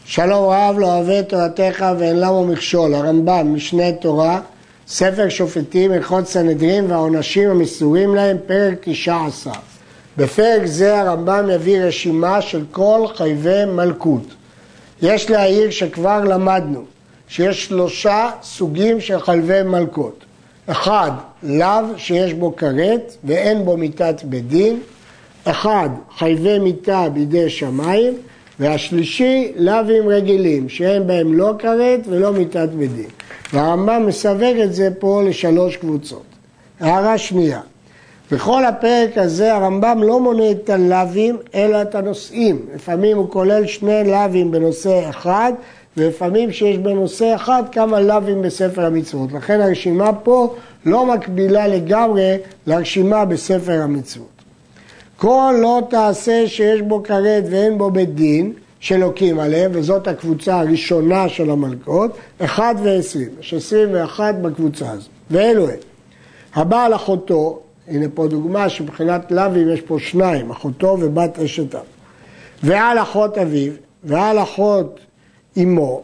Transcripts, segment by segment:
שלום רב לא אוהב את תורתך ואין למו מכשול. הרמב"ם, משנה תורה, ספר שופטים, הלכות סנהדרין והעונשים המסורים להם, פרק 19. בפרק זה הרמב"ם יביא רשימה של כל חייבי מלכות. יש להעיר שכבר למדנו שיש 3 סוגים של חייבי מלכות. 1, לאו שיש בו כרת ואין בו מיתת בית דין. 1, חייבי מיתה בידי שמיים. והשלישי, לאווים רגילים, שאין בהם לא כרת ולא מיתת בית דין. והרמב"ם מסווג את זה פה ל3 קבוצות. הערה שנייה, בכל הפרק הזה הרמב"ם לא מונה את הלאווים אלא את הנושאים. לפעמים הוא כולל 2 לאווים בנושא אחד, ולפעמים שיש בנושא אחד כמה לאווים בספר המצוות. לכן הרשימה פה לא מקבילה לגמרי לרשימה בספר המצוות. כל לא תעשה שיש בו כרת ואין בו בית דין שלוקים עליהם, וזאת הקבוצה הראשונה של המלכות, 1 ו-20, יש 21 בקבוצה הזאת. ואלו הם, הבעל אחותו, הנה פה דוגמה שבחינת לאווים יש פה 2, אחותו ובת אשת אב, ועל אחות אביו, ועל אחות אמו,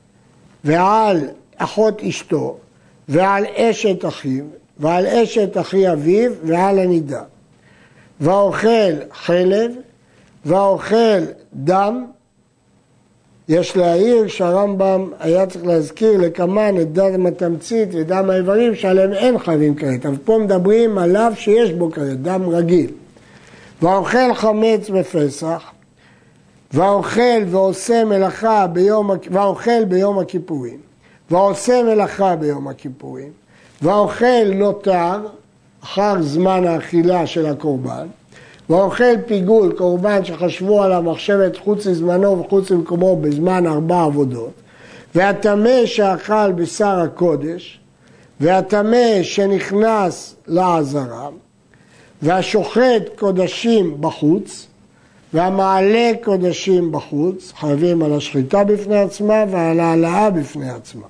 ועל אחות אשתו, ועל אשת אחיו, ועל אשת אחי אביו, ועל הנידה. והאוכל חלב, והאוכל דם. יש להעיר שהרמב"ם היה צריך להזכיר לכמן את דם התמצית ודם האיברים שעליהם אין חייבים כרת, אבל פה מדברים עליו שיש בו כרת, דם רגיל. והאוכל חמץ בפסח, והאוכל ועושה מלאכה והאוכל ביום הכיפורים, והעושה מלאכה ביום הכיפורים, והאוכל נותר אחר זמן האכילה של הקורבן, והאוכל פיגול, קורבן שחשבו על המחשבת חוץ לזמנו וחוץ למקומו בזמן 4 עבודות, והטמא שאכל בשר הקודש, והטמא שנכנס לעזרה, והשוחט קודשים בחוץ, והמעלה קודשים בחוץ, חייבים על השחיטה בפני עצמה ועל העלאה בפני עצמה.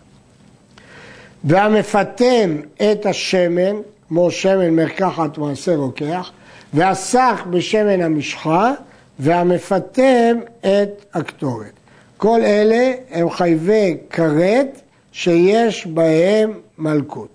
והמפתם את השמן, כמו שמן מרקחת מעשה רוקח, והסך בשמן המשחה, והמפתם את הקטורת. כל אלה הם חייבי כרת שיש בהם מלכות.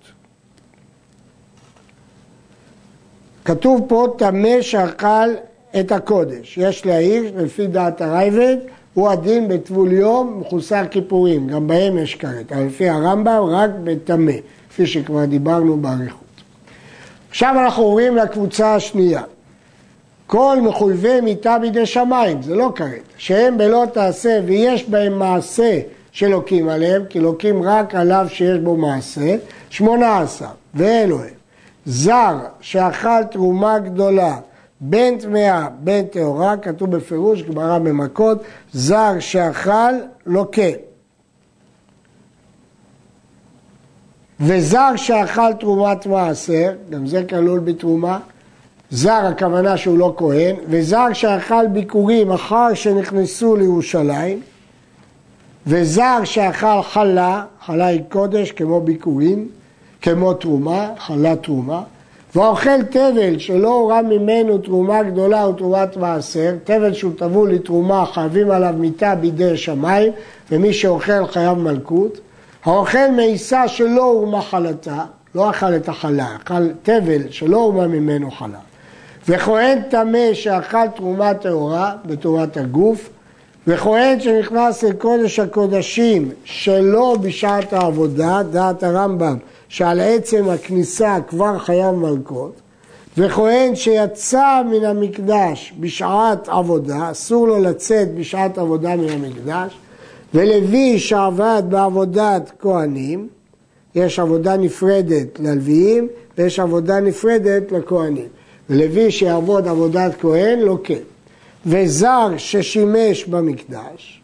כתוב פה טמא שאכל את הקודש. יש להעיר, לפי דעת הרייבד, הוא הדין בטבול יום מחוסר כיפורים, גם בהם יש כרת, אבל לפי הרמב"ם רק בטמא, כפי שכבר דיברנו באריכות. עכשיו אנחנו עוברים לקבוצה השנייה. כל מחויבי מיתה בידי שמיים, זה לא כרת, שהם בלא תעשה ויש בהם מעשה שלוקים עליהם, כי לוקים רק עליו שיש בו מעשה, 18, ואלו הם. זר שאכל תרומה גדולה, בין טמאה בין טהורה, כתוב בפירוש, גמרא במכות, זר שאכל לוקה. וזר שאכל תרומת מעשר, גם זה כלול בתרומה, זר הכוונה שהוא לא כהן, וזר שאכל ביקורים אחר שנכנסו לירושלים, וזר שאכל חלה, חלה היא קודש כמו ביקורים, כמו תרומה, חלה תרומה, ואוכל תבל שלא הורם ממנו תרומה גדולה או תרומת מעשר, תבל שהוא טבול לתרומה חייבים עליו מיתה בידי שמיים, ומי שאוכל חייב מלכות. האוכל מעיסה שלא הורמה חלתה, לא אכל את החלה, אכל תבל שלא הורמה ממנו חלה. וכהן טמא שאכל תרומה טהורה בתרומת הגוף, וכהן שנכנס לקודש הקודשים שלא בשעת העבודה, דעת הרמב"ם, שעל עצם הכניסה כבר חייב מלכות, וכהן שיצא מן המקדש בשעת עבודה, אסור לו לצאת בשעת עבודה מן המקדש, ולוי שעבד בעבודת כהנים, יש עבודה נפרדת ללוויים ויש עבודה נפרדת לכהנים, ולוי שיעבוד עבודת כהן לוקה, וזר ששימש במקדש,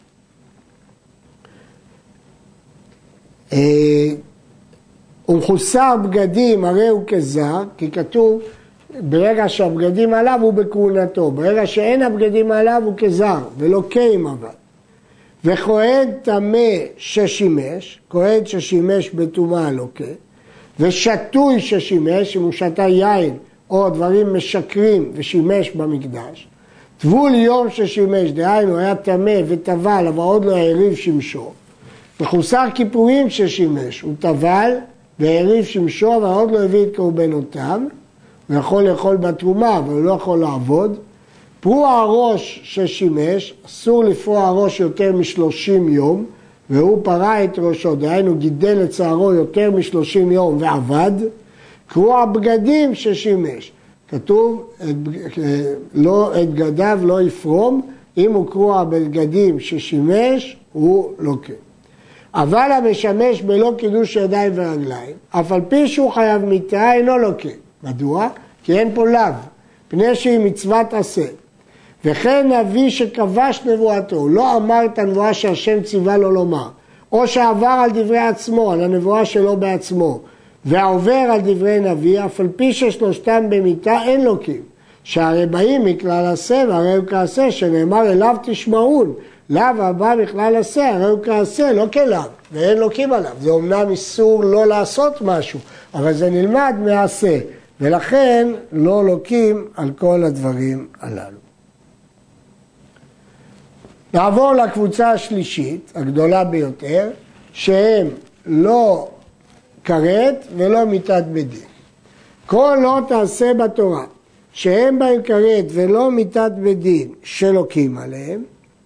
ומחוסר בגדים הרי הוא כזר, כי כתוב ברגע שהבגדים עליו הוא בכהונתו, ברגע שאין הבגדים עליו הוא כזר ולוקה עם עבד. וכהן טמא ששימש, כהן ששימש בטומאה לוקה, ושתוי ששימש, אם הוא שתה יין או דברים משקרים ושימש במקדש, טבול יום ששימש, דהיינו היה טמא וטבל, אבל עוד לא העריב שמשו. מחוסר כיפורים ששימש, הוא טבל והעריב שמשו, אבל עוד לא הביא את קורבנותיו, הוא יכול לאכול בתרומה, אבל הוא לא יכול לעבוד. פרוע הראש ששימש, אסור לפרוע הראש יותר מ30 יום, והוא פרע את ראשו, דהיינו גידל את שערו יותר מ30 יום ועבד. קרוע בגדים ששימש, כתוב לא את בגדיו לא יפרום, אם הוא קרוע בגדים ששימש הוא לוקה. אבל המשמש בלא קידוש ידיים ורגליים, אף על פי שהוא חייב מיתה אינו לוקה. מדוע? כי אין פה לאו, פני שהיא מצוות עשה. וכן נביא שכבש נבואתו, הוא לא אמר את הנבואה שהשם ציווה לו לומר, או שעבר על דברי עצמו, על הנבואה שלו בעצמו, ועובר על דברי נביא, אף על פי ששלושתם במיתה אין לוקים. שהרי באים מכלל עשה והרי הוא כעשה, שנאמר אליו תשמעון, לאו הבא מכלל עשה, הרי הוא כעשה, לא כלאו, ואין לוקים עליו. זה אומנם איסור לא לעשות משהו, אבל זה נלמד מעשה, ולכן לא לוקים על כל הדברים הללו. נעבור לקבוצה השלישית, הגדולה ביותר, שהם לא כרת ולא מיתת בדין. כל לא תעשה בתורה, שהם בהם כרת ולא מיתת בדין שלוקים עליהם,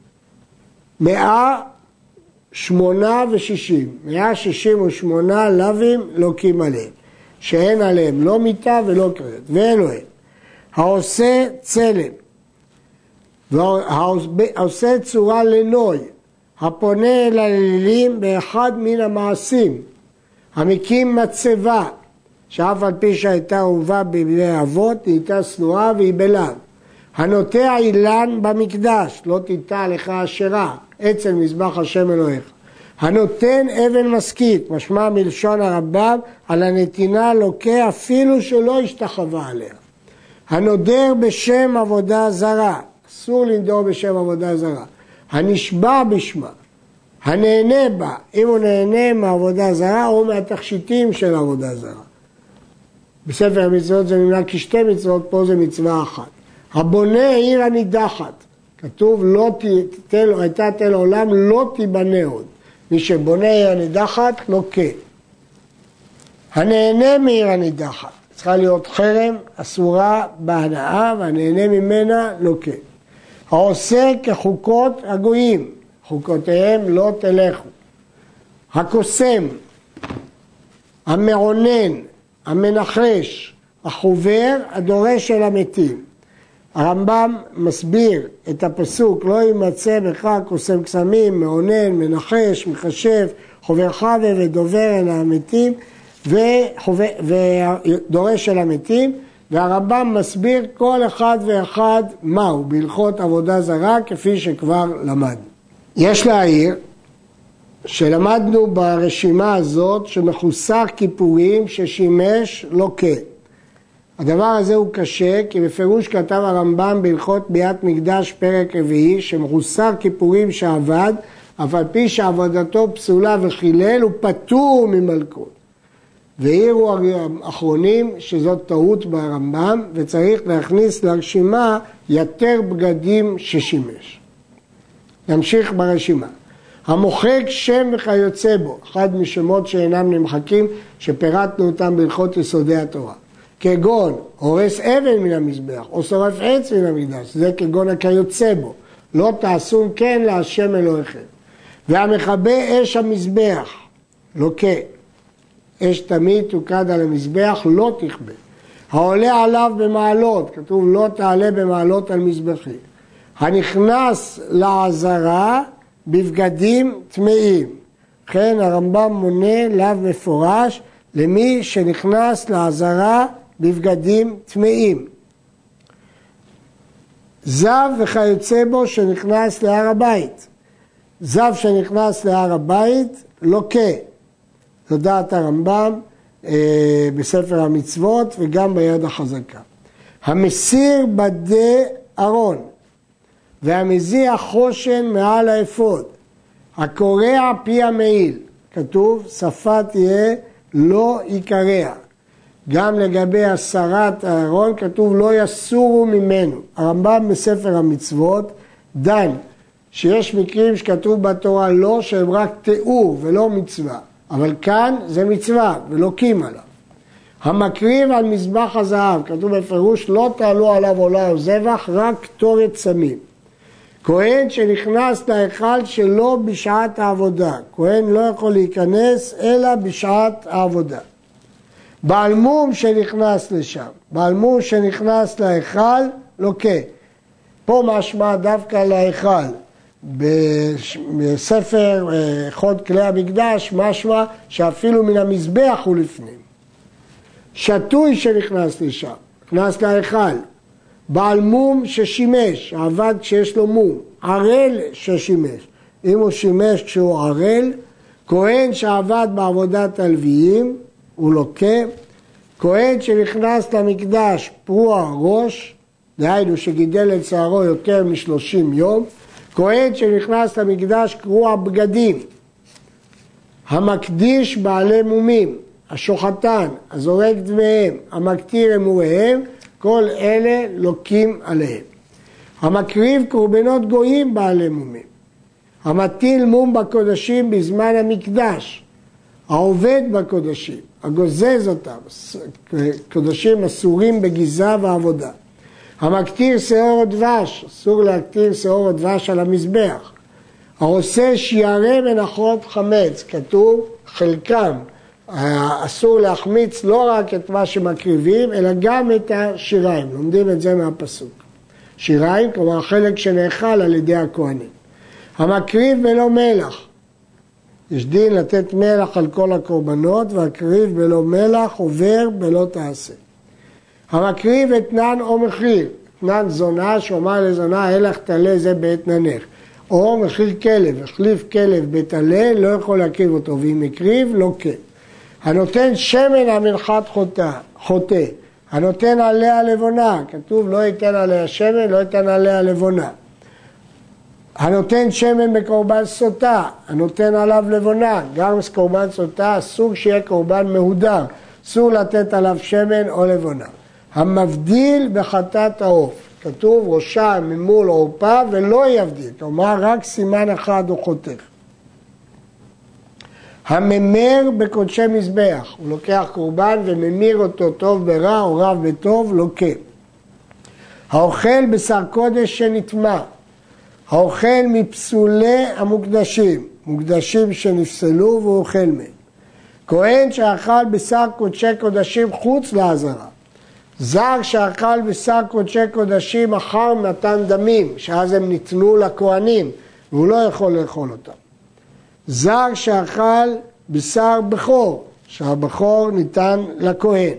168 לווים לוקים עליהם, שאין עליהם לא מיתה ולא כרת, ואין להם. העושה צלם, והעושה צורה לנוי, הפונה אל האלילים באחד מן המעשים, המקים מצבה, שאף על פי שהייתה אהובה בבני אבות, נהייתה שנואה והיא בלעם. הנוטע אילן במקדש, לא תיטע לך אשרה, אצל מזבח השם אלוהיך. הנותן אבן משכית, משמע מלשון הרמב"ם, על הנתינה לוקה אפילו שלא השתחווה עליה. הנודר בשם עבודה זרה, אסור לנדור בשם עבודה זרה. הנשבע בשמה, הנהנה בה, אם הוא נהנה מעבודה זרה או מהתכשיטים של עבודה זרה. בספר המצוות זה נמנה כשתי מצוות, פה זה מצווה אחת. הבונה עיר הנידחת, כתוב לא הייתה תל עולם לא תיבנה עוד. מי שבונה עיר הנידחת לוקה. הנהנה מעיר הנידחת, צריכה להיות חרם, אסורה בהנאה, והנהנה ממנה לוקה. העושה כחוקות הגויים, חוקותיהם לא תלכו. הקוסם, המעונן, המנחש, החובר, הדורש אל המתים. הרמב"ם מסביר את הפסוק, לא יימצא בך קוסם קסמים, מעונן, מנחש, מחשב, חובר חבר ודובר אל המתים, ודורש אל המתים, והרמב"ם מסביר כל אחד ואחד מהו, בהלכות עבודה זרה כפי שכבר למד. יש להעיר שלמדנו ברשימה הזאת שמחוסר כיפורים ששימש לוקה. הדבר הזה הוא קשה כי בפירוש כתב הרמב"ם בהלכות ביאת מקדש פרק רביעי שמחוסר כיפורים שעבד, אף על פי שעבודתו פסולה וחילל הוא פטור ממלכות. והעירו האחרונים שזאת טעות ברמב"ם וצריך להכניס לרשימה יותר בגדים ששימש. נמשיך ברשימה. המוחק שם וכיוצא בו, אחד משמות שאינם נמחקים שפירטנו אותם בהלכות יסודי התורה. כגון הורס אבן מן המזבח או שורף עץ מן המקדש, זה כגון הכיוצא בו, לא תעשו כן להשם אלוהיכם. והמכבה אש המזבח, לוקה, אש תמיד תוקד על המזבח, לא תכבה. העולה עליו במעלות, כתוב לא תעלה במעלות על מזבחי. הנכנס לעזרה בבגדים טמאים. כן, הרמב"ם מונה לאו מפורש למי שנכנס לעזרה בבגדים טמאים. זב וכיוצא בו שנכנס להר הבית. זב שנכנס להר הבית לוקה. זו דעת הרמב"ם בספר המצוות וגם ביד החזקה. המסיר בדי ארון והמזיע חושן מעל האפוד, הקורע פי המעיל, כתוב שפה תהיה לא יקרע, גם לגבי הסרת הארון כתוב לא יסורו ממנו. הרמב"ם בספר המצוות דן שיש מקרים שכתוב בתורה לא שהם רק תיאור ולא מצווה, אבל כאן זה מצווה ולוקים עליו. המקריב על מזבח הזהב, כתוב בפירוש לא תעלו עליו עולה או זבח, רק קטורת סמים. כהן שנכנס להיכל שלא בשעת העבודה, כהן לא יכול להיכנס אלא בשעת העבודה. בעל מום שנכנס לשם, בעל מום שנכנס להיכל לוקה. פה משמע דווקא להיכל. בספר חוד כלי המקדש משמע שאפילו מן המזבח הוא לפנים. שטוי שנכנס לשם, נכנס להיכל. בעל מום ששימש, עבד כשיש לו מום. ערל ששימש, אם הוא שימש כשהוא ערל. כהן שעבד בעבודת הלוויים הוא לוקה. כהן שנכנס למקדש פרוע ראש, דהיינו שגידל את שערו יותר מ30 יום. כהן שנכנס למקדש קרוע בגדים. המקדיש בעלי מומים, השוחטן, הזורק דמיהם, המקטיר אמוריהם, כל אלה לוקים עליהם. המקריב קורבנות גויים בעלי מומים. המטיל מום בקודשים בזמן המקדש. העובד בקודשים, הגוזז אותם, קודשים אסורים בגיזה ועבודה. המקטיר שעור דבש, אסור להקטיר שעור דבש על המזבח. העושה שיערי מנחות חמץ, כתוב חלקם, אסור להחמיץ לא רק את מה שמקריבים, אלא גם את השיריים, לומדים את זה מהפסוק. שיריים, כלומר חלק שנאכל על ידי הכהנים. המקריב בלא מלח, יש דין לתת מלח על כל הקורבנות, והקריב בלא מלח עובר בלא תעשה. המקריב אתנן או מחיר, אתנן זונה שאומר לזונה הלך תלה זה באתננך, או מחיר כלב, החליף כלב בתלה, לא יכול להקריב אותו, ואם הקריב לא כן. הנותן שמן המנחת חוטא, הנותן עליה לבונה, כתוב לא ייתן עליה שמן, לא ייתן עליה לבונה. הנותן שמן בקורבן סוטה, הנותן עליו לבונה, גם קורבן סוטה אסור שיהיה קורבן מהודר, אסור לתת עליו שמן או לבונה. המבדיל בחטאת העוף, כתוב ראשה ממול עורפה ולא יבדיל, כלומר רק סימן אחד הוא חותך. הממר בקודשי מזבח, הוא לוקח קורבן וממיר אותו טוב ברע או רב בטוב, לוקה. האוכל בשר קודש שנטמא, האוכל מפסולי המוקדשים, מוקדשים שנפסלו והוא אוכל מהם. כהן שאכל בשר קודשי קודשים חוץ לעזרה. זר שאכל בשר קודשי קודשים אחר מתן דמים, שאז הם ניתנו לכהנים, והוא לא יכול לאכול אותם. זר שאכל בשר בכור, שהבכור ניתן לכהן.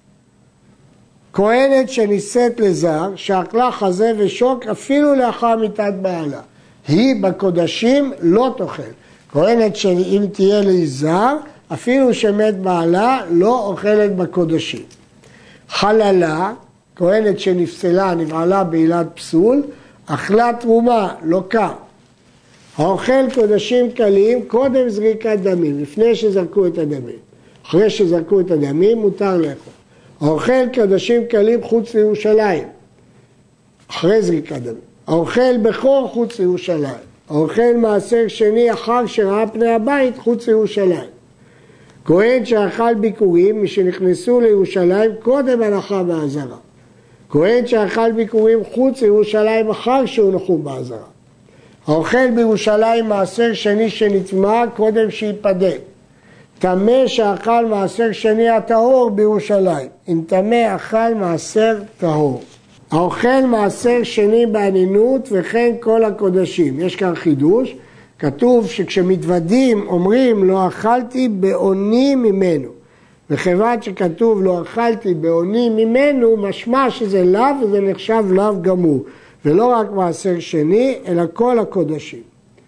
כהנת שנישאת לזר, שאכלה חזה ושוק אפילו לאחר מיתת בעלה. היא בקודשים לא תאכל. כהנת שאם תהיה לי זר, אפילו שמת בעלה, לא אוכלת בקודשים. חללה, כהנת שנפסלה, נבעלה בעילת פסול, אכלה תרומה, לוקה. האוכל קודשים קלים קודם זריקת דמים, לפני שזרקו את הדמים. אחרי שזרקו את הדמים מותר לאכול. האוכל קודשים קלים חוץ לירושלים, אחרי זריקת דמים. האוכל בכור חוץ לירושלים. האוכל מעשר שני אחר שראה פני הבית חוץ לירושלים. כהן שאכל ביקורים משנכנסו לירושלים קודם הנחה בעזרה. כהן שאכל ביקורים חוץ לירושלים אחר שהונחו בעזרה. האוכל בירושלים מעשר שני שנטמא קודם שיפדה. טמא שאכל מעשר שני הטהור בירושלים. אם טמא אכל מעשר טהור. האוכל מעשר שני בענינות וכן כל הקודשים. יש כאן חידוש. כתוב שכשמתוודים אומרים לא אכלתי בעוני ממנו. וכיוון שכתוב לא אכלתי בעוני ממנו, משמע שזה לאו וזה נחשב לאו גמור. ולא רק מעשר שני, אלא כל הקודשים.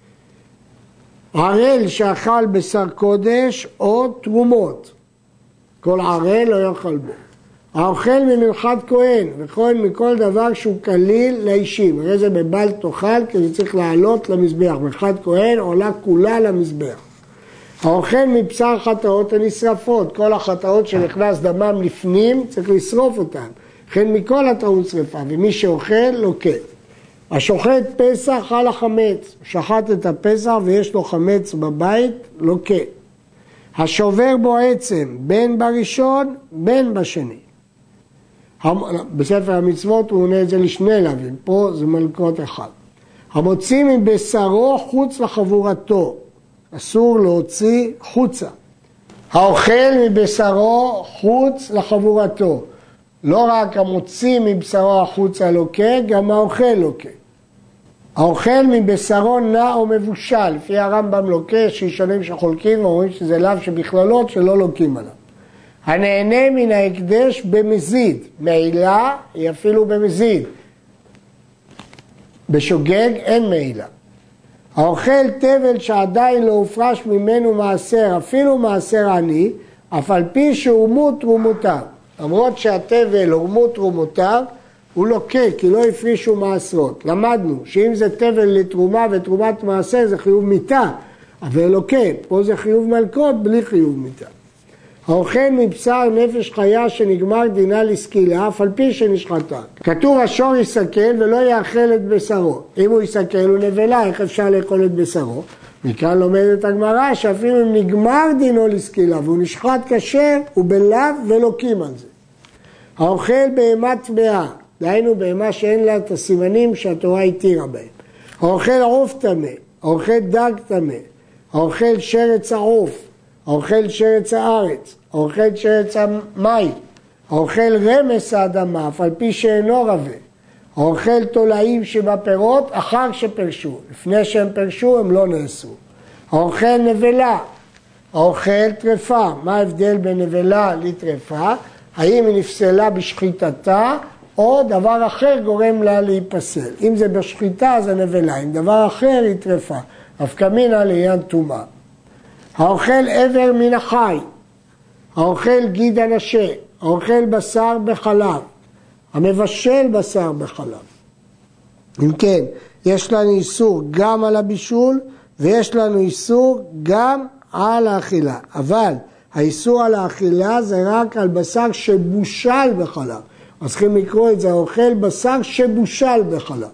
ערל שאכל בשר קודש או תרומות. כל ערל לא יאכל בו. האוכל ממנחת כהן, וכהן מכל דבר שהוא כליל לאישים. הרי זה בבל תאכל, כי זה צריך לעלות למזבח. מנחת כהן עולה כולה למזבח. האוכל מבשר חטאות הנשרפות, כל החטאות שנכנס דמם לפנים צריך לשרוף אותן, לכן מכל הטעות שרפה, ומי שאוכל לוקה. השוחט פסח על החמץ, שחט את הפסח ויש לו חמץ בבית, לוקה. השובר בו עצם, בין בראשון, בין בשני. בספר המצוות הוא עונה את זה לשני לווים, פה זה מלכות אחד. המוציא מבשרו חוץ לחבורתו, אסור להוציא חוצה. האוכל מבשרו חוץ לחבורתו, לא רק המוציא מבשרו החוצה לוקה, גם האוכל לוקה. האוכל מבשרו נע או מבושל, לפי הרמב"ם לוקה, שישונים שחולקים ואומרים שזה לאו שבכללות שלא לוקים עליו. הנהנה מן ההקדש במזיד, מעילה היא אפילו במזיד. בשוגג אין מעילה. האוכל תבל שעדיין לא הופרש ממנו מעשר, אפילו מעשר עני, אף על פי שהורמו תרומותיו. למרות שהתבל הורמו תרומותיו, הוא לוקה, כי לא הפרישו מעשרות. למדנו שאם זה תבל לתרומה ותרומת מעשר זה חיוב מיתה, אבל לוקה, פה זה חיוב מלכות בלי חיוב מיתה. האוכל מבשר נפש חיה שנגמר דינה לסקילה, אף על פי שנשחטה. כתוב השור יסכל ולא יאכל את בשרו. אם הוא יסכל הוא נבלה, איך אפשר לאכול את בשרו? מכאן לומדת הגמרא שאפילו אם נגמר דינו לסקילה והוא נשחט כשר, הוא בלאו ולוקים על זה. האוכל בהמה טמאה, דהיינו בהמה שאין לה את הסימנים שהתורה התירה בהם. האוכל עוף טמא, האוכל דג טמא, האוכל שרץ העוף, האוכל שרץ הארץ, האוכל שרץ המים, האוכל רמס האדמה, אף על פי שאינו רבה, האוכל תולעים שבפירות אחר שפרשו, לפני שהם פרשו הם לא נעשו, האוכל נבלה, האוכל טרפה, מה ההבדל בין נבלה לטרפה? האם היא נפסלה בשחיטתה או דבר אחר גורם לה להיפסל. אם זה בשחיטה זה נבלה, אם דבר אחר היא טרפה, אבקא מינא לעניין טומאה. האוכל עבר מן החי, האוכל גיד הנשה, האוכל בשר בחלב, המבשל בשר בחלב. אם כן, יש לנו איסור גם על הבישול ויש לנו איסור גם על האכילה. אבל האיסור על האכילה זה רק על בשר שבושל בחלב. אז צריכים לקרוא את זה, האוכל בשר שבושל בחלב.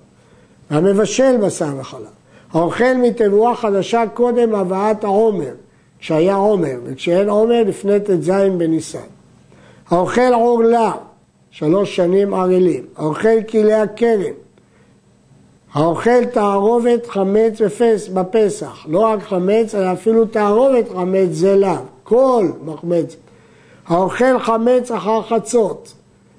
המבשל בשר בחלב. האוכל מתבואה חדשה קודם הבאת העומר, כשהיה עומר, וכשאין עומר לפני ט"ז בניסן. האוכל עורלה, 3 שנים ערלים. האוכל כלי הכרם. האוכל תערובת חמץ בפסח, לא רק חמץ, אלא אפילו תערובת חמץ זה לאו, כל מחמצת. האוכל חמץ אחר חצות.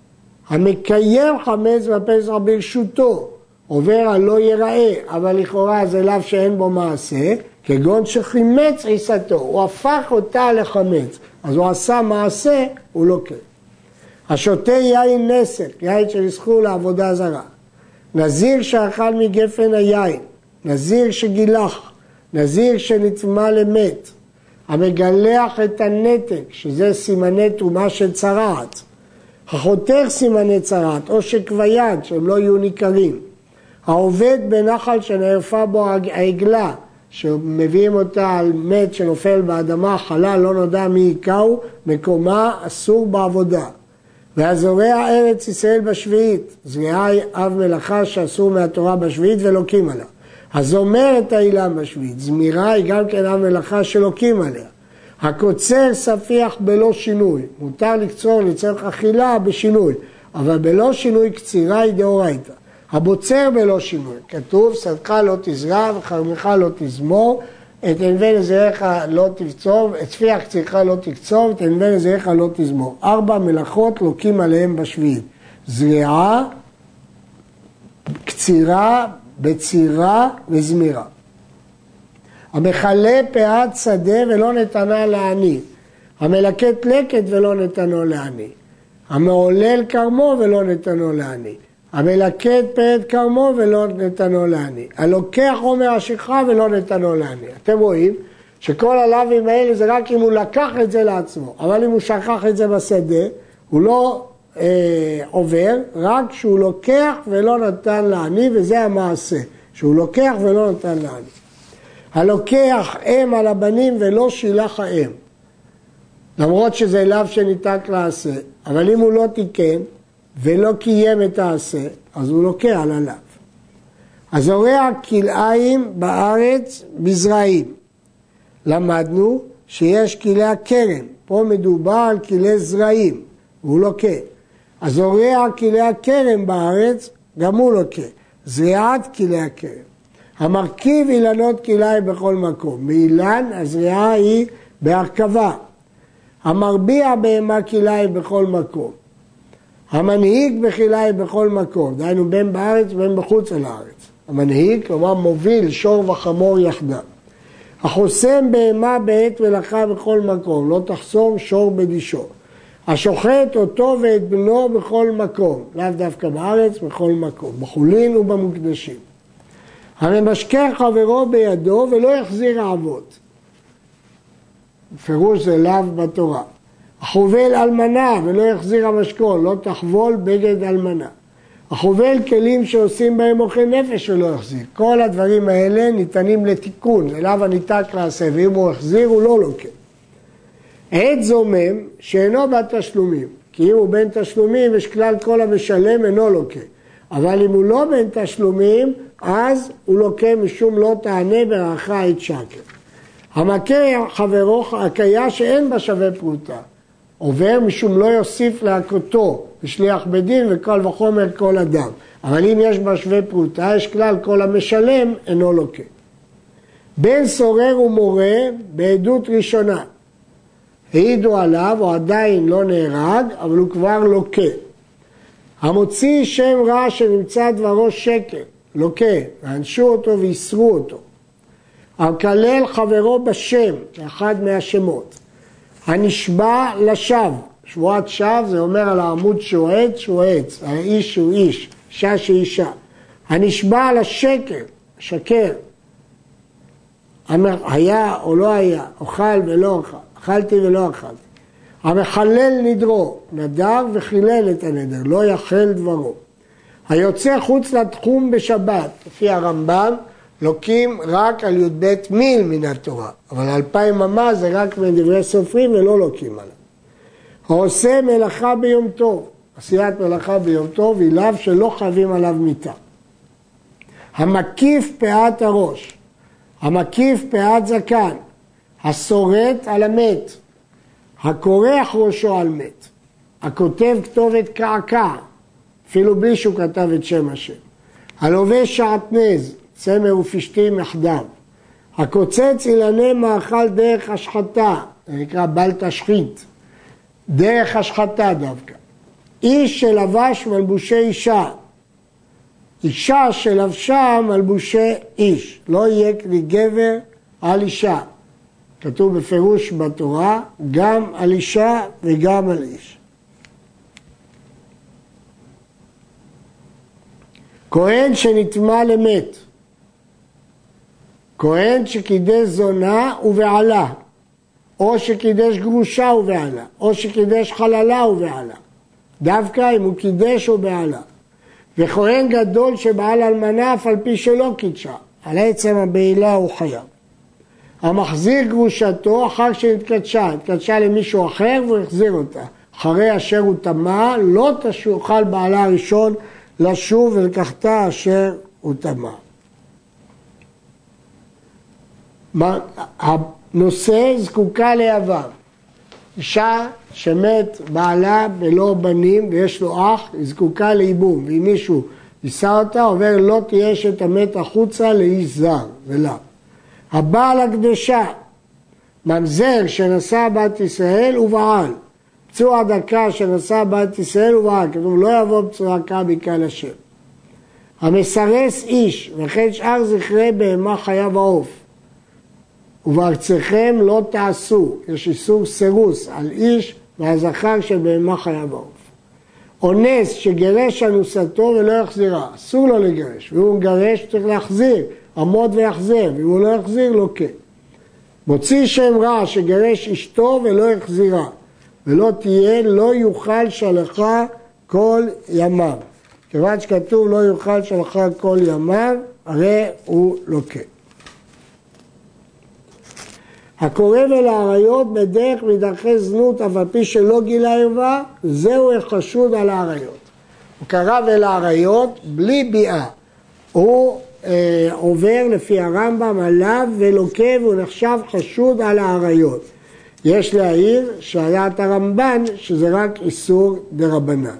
המקיים חמץ בפסח ברשותו, עובר על לא ייראה, אבל לכאורה זה לאו שאין בו מעשה, כגון שחימץ עיסתו, הוא הפך אותה לחמץ, אז הוא עשה מעשה, הוא לא כן. השותה יין נסק, יין שנסחו לעבודה זרה. נזיר שאכל מגפן היין, נזיר שגילח, נזיר שנטמא למת, המגלח את הנתק, שזה סימני תרומה של צרעת, החותך סימני צרעת, או שכביד, שהם לא יהיו ניכרים, העובד בנחל שנערפה בו העגלה, שמביאים אותה על מת שנופל באדמה, חלל, לא נודע מי יקהו, מקומה אסור בעבודה. והזורע ארץ ישראל בשביעית, זריעה היא אב מלאכה שאסור מהתורה בשביעית ולוקים עליה. הזומר את האילם בשביעית, זמירה היא גם כן אב מלאכה שלוקים עליה. הקוצר ספיח בלא שינוי, מותר לקצור לצורך אכילה בשינוי, אבל בלא שינוי קצירה היא דאורייתא. הבוצר בלא שינוי, כתוב שדך לא תזרע וחרמך לא תזמור, את ענבי נזירך לא תקצור, את צפיח קצירך לא תקצור, את ענבי נזירך לא תזמור. 4 מלאכות לוקים עליהם בשביעית, זריעה, קצירה, בצירה וזמירה. המחלה פאת שדה ולא נתנה לעני, המלקט לקט ולא נתנו לעני, המעולל כרמו ולא נתנו לעני, המלקט פאת כרמו ולא נתנו לעני, הלוקח עומר השכחה ולא נתנו לעני. אתם רואים שכל הלווים האלה זה רק אם הוא לקח את זה לעצמו, אבל אם הוא שכח את זה בשדה, הוא לא עובר, רק שהוא לוקח ולא נתן לעני, וזה המעשה, שהוא לוקח ולא נתן לעני. הלוקח אם על הבנים ולא שילח האם. למרות שזה לאו שניתק לעשה, אבל אם הוא לא תיקן ולא קיים את העשה, אז הוא לוקח על הלאו. הזורע כלאיים בארץ בזרעים. למדנו שיש כלי הכרם, פה מדובר על כלי זרעים, והוא לוקח. הזורע כלי הכרם בארץ, גם הוא לוקח. זריעת כלי הכרם. המרכיב אילנות כלאיים בכל מקום. באילן הזריעה היא בהרכבה. המרביע בהמה כלאיים בכל מקום. המנהיג בכלאיים בכל מקום. דהיינו בין בארץ ובין בחוץ על הארץ. המנהיג, כלומר מוביל שור וחמור יחדיו. החוסם בהמה בעת מלאכה בכל מקום, לא תחסום שור בדישו. השוחט אותו ואת בנו בכל מקום, לאו דווקא בארץ, בכל מקום, בחולין ובמוקדשים. הממשכן חברו בידו ולא יחזיר העבוד. פירוש זה לאו בתורה. החובל אלמנה ולא יחזיר המשכון, לא תחבול בגד אלמנה. החובל כלים שעושים בהם אוכל נפש ולא יחזיר. כל הדברים האלה ניתנים לתיקון, זה לאו הניתק לעשה, ואם הוא יחזיר הוא לא לוקח. עת זומם שאינו בתשלומים, כי אם הוא בין תשלומים יש כלל כל המשלם אינו לוקח. אבל אם הוא לא בין תשלומים, אז הוא לוקח משום לא תענה ברכה את שקר. המכה חברו הקיה שאין בה שווה פרוטה. עובר משום לא יוסיף להכותו בשליח בדין וכל וחומר כל אדם. אבל אם יש בה שווה פרוטה, יש כלל כל המשלם אינו לוקח. בן סורר ומורה בעדות ראשונה. העידו עליו, הוא עדיין לא נהרג, אבל הוא כבר לוקה. המוציא שם רע שנמצא דברו שקר, לוקה, וענשו אותו ויסרו אותו. הכלל חברו בשם, אחד מהשמות. הנשבע לשווא, שבועת שווא זה אומר על העמוד שועץ, שועץ, האיש הוא איש, אישה שאישה. הנשבע לשקר, שקר. היה או לא היה, אוכל ולא אוכל. אכלתי ולא אכלתי. המחלל נדרו, נדר וחילל את הנדר, לא יחל דברו. היוצא חוץ לתחום בשבת, לפי הרמב"ם, לוקים רק על י"ב מיל מן התורה, אבל 2000 אמה זה רק מדברי סופרים ולא לוקים עליו. העושה מלאכה ביום טוב, עשיית מלאכה ביום טוב היא לאו שלא חייבים עליו מיתה. המקיף פאת הראש, המקיף פאת זקן, הסורט על המת, הקורח ראשו על מת, הכותב כתובת קעקע, אפילו בלי שהוא כתב את שם השם, הלובש שעטנז, צמר ופשתים יחדיו, הקוצץ אילני מאכל דרך השחתה, זה נקרא בל תשחית, דרך השחתה דווקא, איש שלבש מלבושי אישה, אישה שלבשה מלבושי איש, לא יהיה כלי גבר על אישה. כתוב בפירוש בתורה, גם על אישה וגם על איש. כהן שנטמא למת, כהן שקידש זונה ובעלה, או שקידש גרושה ובעלה, או שקידש חללה ובעלה, דווקא אם הוא קידש או בעלה. וכהן גדול שבעל אלמנה אף על פי שלא קידשה, על עצם הבעילה הוא חייב. המחזיר גרושתו אחר שהתקדשה, התקדשה למישהו אחר והוא החזיר אותה. אחרי אשר הוא טמא, לא תוכל בעלה הראשון לשוב ולקחתה אשר הוא טמא. הנושא זקוקה ליבם. אישה שמת בעלה בלא בנים ויש לו אח, היא זקוקה לייבום. ואם מישהו יישא אותה, עובר לא תהיה שתמת החוצה לאיש זר, ולא. הבעל הקדשה, ממזר שנשא בת ישראל ובעל, פצוע דקה שנשא בת ישראל ובעל, כתוב לא יבוא פצוע דקה בקהל השם. המסרס איש וכן שאר זכרי בהמה חיה ועוף, ובארצכם לא תעשו, יש איסור סירוס על איש והזכר של בהמה חיה ועוף. אונס שגרש אנוסתו ולא יחזירה, אסור לו לגרש, והוא מגרש צריך להחזיר, עמוד ויחזיר, ואם הוא לא יחזיר לא כן. מוציא שם רע שגרש אשתו ולא יחזירה, ולא תהיה, לא יוכל שלחה כל ימיו. כיוון שכתוב לא יוכל שלחה כל ימיו, הרי הוא לוקה. הקורב אל העריות בדרך מדרכי זנות אף על פי שלא גילה ערווה, זהו החשוד על העריות. הוא קרב אל העריות בלי ביאה. הוא עובר לפי הרמב"ם עליו ולוקה והוא נחשב חשוד על העריות. יש להעיר שהיה את הרמב"ן שזה רק איסור דרבנן.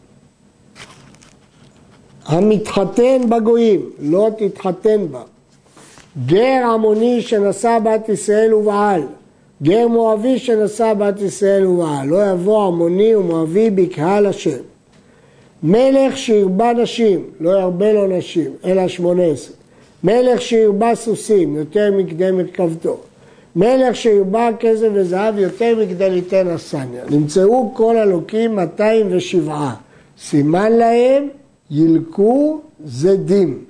המתחתן בגויים, לא תתחתן בה. גר עמוני שנשא בת ישראל ובעל, גר מואבי שנשא בת ישראל ובעל, לא יבוא עמוני ומואבי בקהל השם. מלך שירבה נשים, לא ירבה לו נשים, אלא 18. מלך שירבה סוסים, יותר מכדי מרכבתו. מלך שירבה כסף וזהב, יותר מכדי ליתן אסניה. נמצאו כל הלוקים 207. סימן להם, ילקו זדים.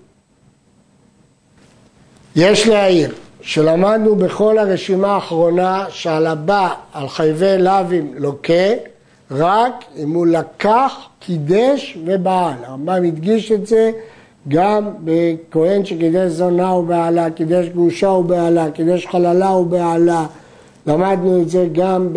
יש להעיר שלמדנו בכל הרשימה האחרונה שעל הבא על חייבי לווים לוקה, רק אם הוא לקח, קידש ובעל. הרמב"ם הדגיש את זה גם בכהן שקידש זונה ובעלה, קידש גרושה ובעלה, קידש חללה ובעלה. למדנו את זה גם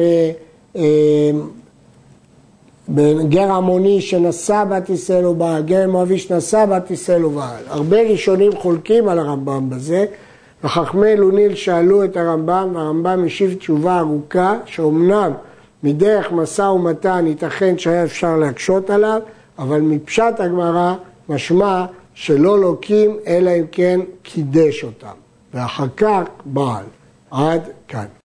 בגר עמוני שנשא בת ישראל ובעל, גר מואבי שנשא בת ישראל ובעל. הרבה ראשונים חולקים על הרמב"ם בזה, וחכמי לוניל שאלו את הרמב"ם, והרמב"ם השיב תשובה ארוכה, שאומנם מדרך משא ומתן ייתכן שהיה אפשר להקשות עליו, אבל מפשט הגמרא משמע שלא לוקים אלא אם כן קידש אותם, ואחר כך בעל. עד כאן.